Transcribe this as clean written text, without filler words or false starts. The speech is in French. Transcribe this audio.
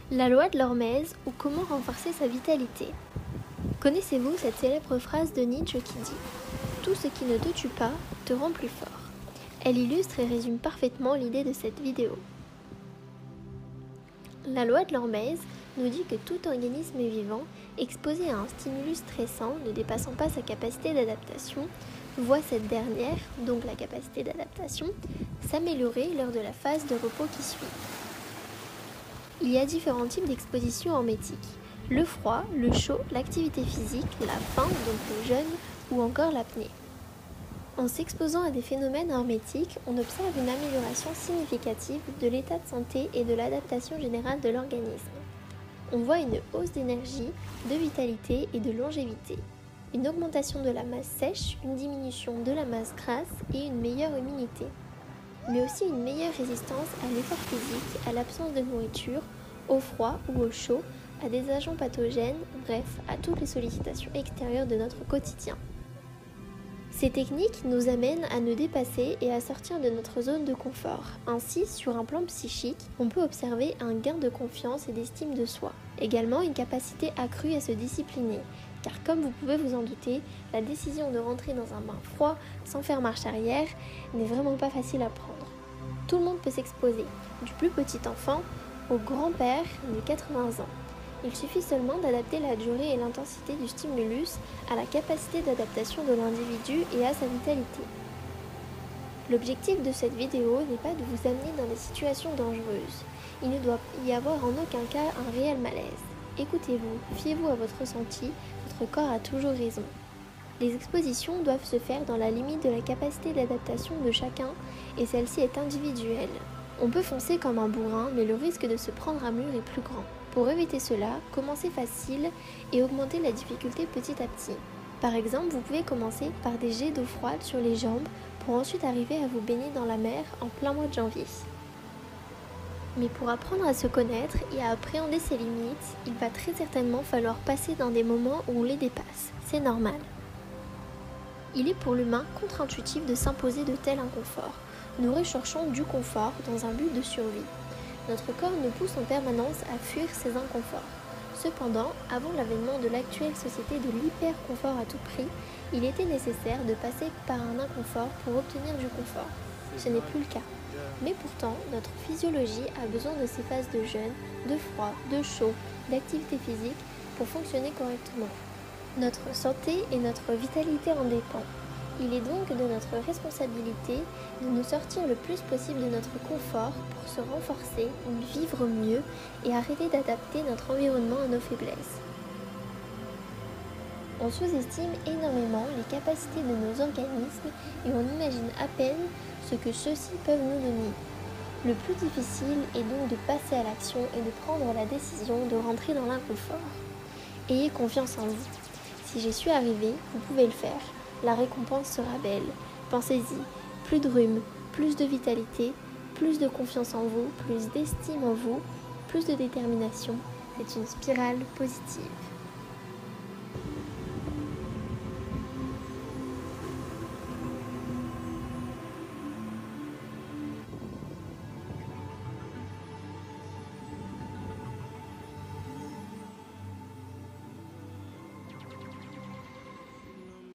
La loi de l'hormèse ou comment renforcer sa vitalité. Connaissez-vous cette célèbre phrase de Nietzsche qui dit « Tout ce qui ne te tue pas te rend plus fort ». Elle illustre et résume parfaitement l'idée de cette vidéo. La loi de l'hormèse nous dit que tout organisme vivant exposé à un stimulus stressant ne dépassant pas sa capacité d'adaptation voit cette dernière, donc la capacité d'adaptation, s'améliorer lors de la phase de repos qui suit. Il y a différents types d'exposition hormétique. Le froid, le chaud, l'activité physique, la faim, donc le jeûne, ou encore l'apnée. En s'exposant à des phénomènes hormétiques, on observe une amélioration significative de l'état de santé et de l'adaptation générale de l'organisme. On voit une hausse d'énergie, de vitalité et de longévité, une augmentation de la masse sèche, une diminution de la masse grasse et une meilleure immunité, mais aussi une meilleure résistance à l'effort physique, à l'absence de nourriture, au froid ou au chaud, à des agents pathogènes, bref, à toutes les sollicitations extérieures de notre quotidien. Ces techniques nous amènent à nous dépasser et à sortir de notre zone de confort. Ainsi, sur un plan psychique, on peut observer un gain de confiance et d'estime de soi. Également, une capacité accrue à se discipliner, car comme vous pouvez vous en douter, la décision de rentrer dans un bain froid sans faire marche arrière n'est vraiment pas facile à prendre. Tout le monde peut s'exposer, du plus petit enfant au grand-père de 80 ans. Il suffit seulement d'adapter la durée et l'intensité du stimulus à la capacité d'adaptation de l'individu et à sa vitalité. L'objectif de cette vidéo n'est pas de vous amener dans des situations dangereuses. Il ne doit y avoir en aucun cas un réel malaise. Écoutez-vous, fiez-vous à votre ressenti, votre corps a toujours raison. Les expositions doivent se faire dans la limite de la capacité d'adaptation de chacun et celle-ci est individuelle. On peut foncer comme un bourrin, mais le risque de se prendre à mur est plus grand. Pour éviter cela, commencez facile et augmentez la difficulté petit à petit. Par exemple, vous pouvez commencer par des jets d'eau froide sur les jambes pour ensuite arriver à vous baigner dans la mer en plein mois de janvier. Mais pour apprendre à se connaître et à appréhender ses limites, il va très certainement falloir passer dans des moments où on les dépasse. C'est normal. Il est pour l'humain contre-intuitif de s'imposer de tels inconforts. Nous recherchons du confort dans un but de survie. Notre corps nous pousse en permanence à fuir ces inconforts. Cependant, avant l'avènement de l'actuelle société de l'hyper-confort à tout prix, il était nécessaire de passer par un inconfort pour obtenir du confort. Ce n'est plus le cas. Mais pourtant, notre physiologie a besoin de ces phases de jeûne, de froid, de chaud, d'activité physique pour fonctionner correctement. Notre santé et notre vitalité en dépendent. Il est donc de notre responsabilité de nous sortir le plus possible de notre confort pour se renforcer, vivre mieux et arrêter d'adapter notre environnement à nos faiblesses. On sous-estime énormément les capacités de nos organismes et on imagine à peine ce que ceux-ci peuvent nous donner. Le plus difficile est donc de passer à l'action et de prendre la décision de rentrer dans l'inconfort. Ayez confiance en vous. Si j'y suis arrivée, vous pouvez le faire. La récompense sera belle. Pensez-y, plus de rhume, plus de vitalité, plus de confiance en vous, plus d'estime en vous, plus de détermination. C'est une spirale positive.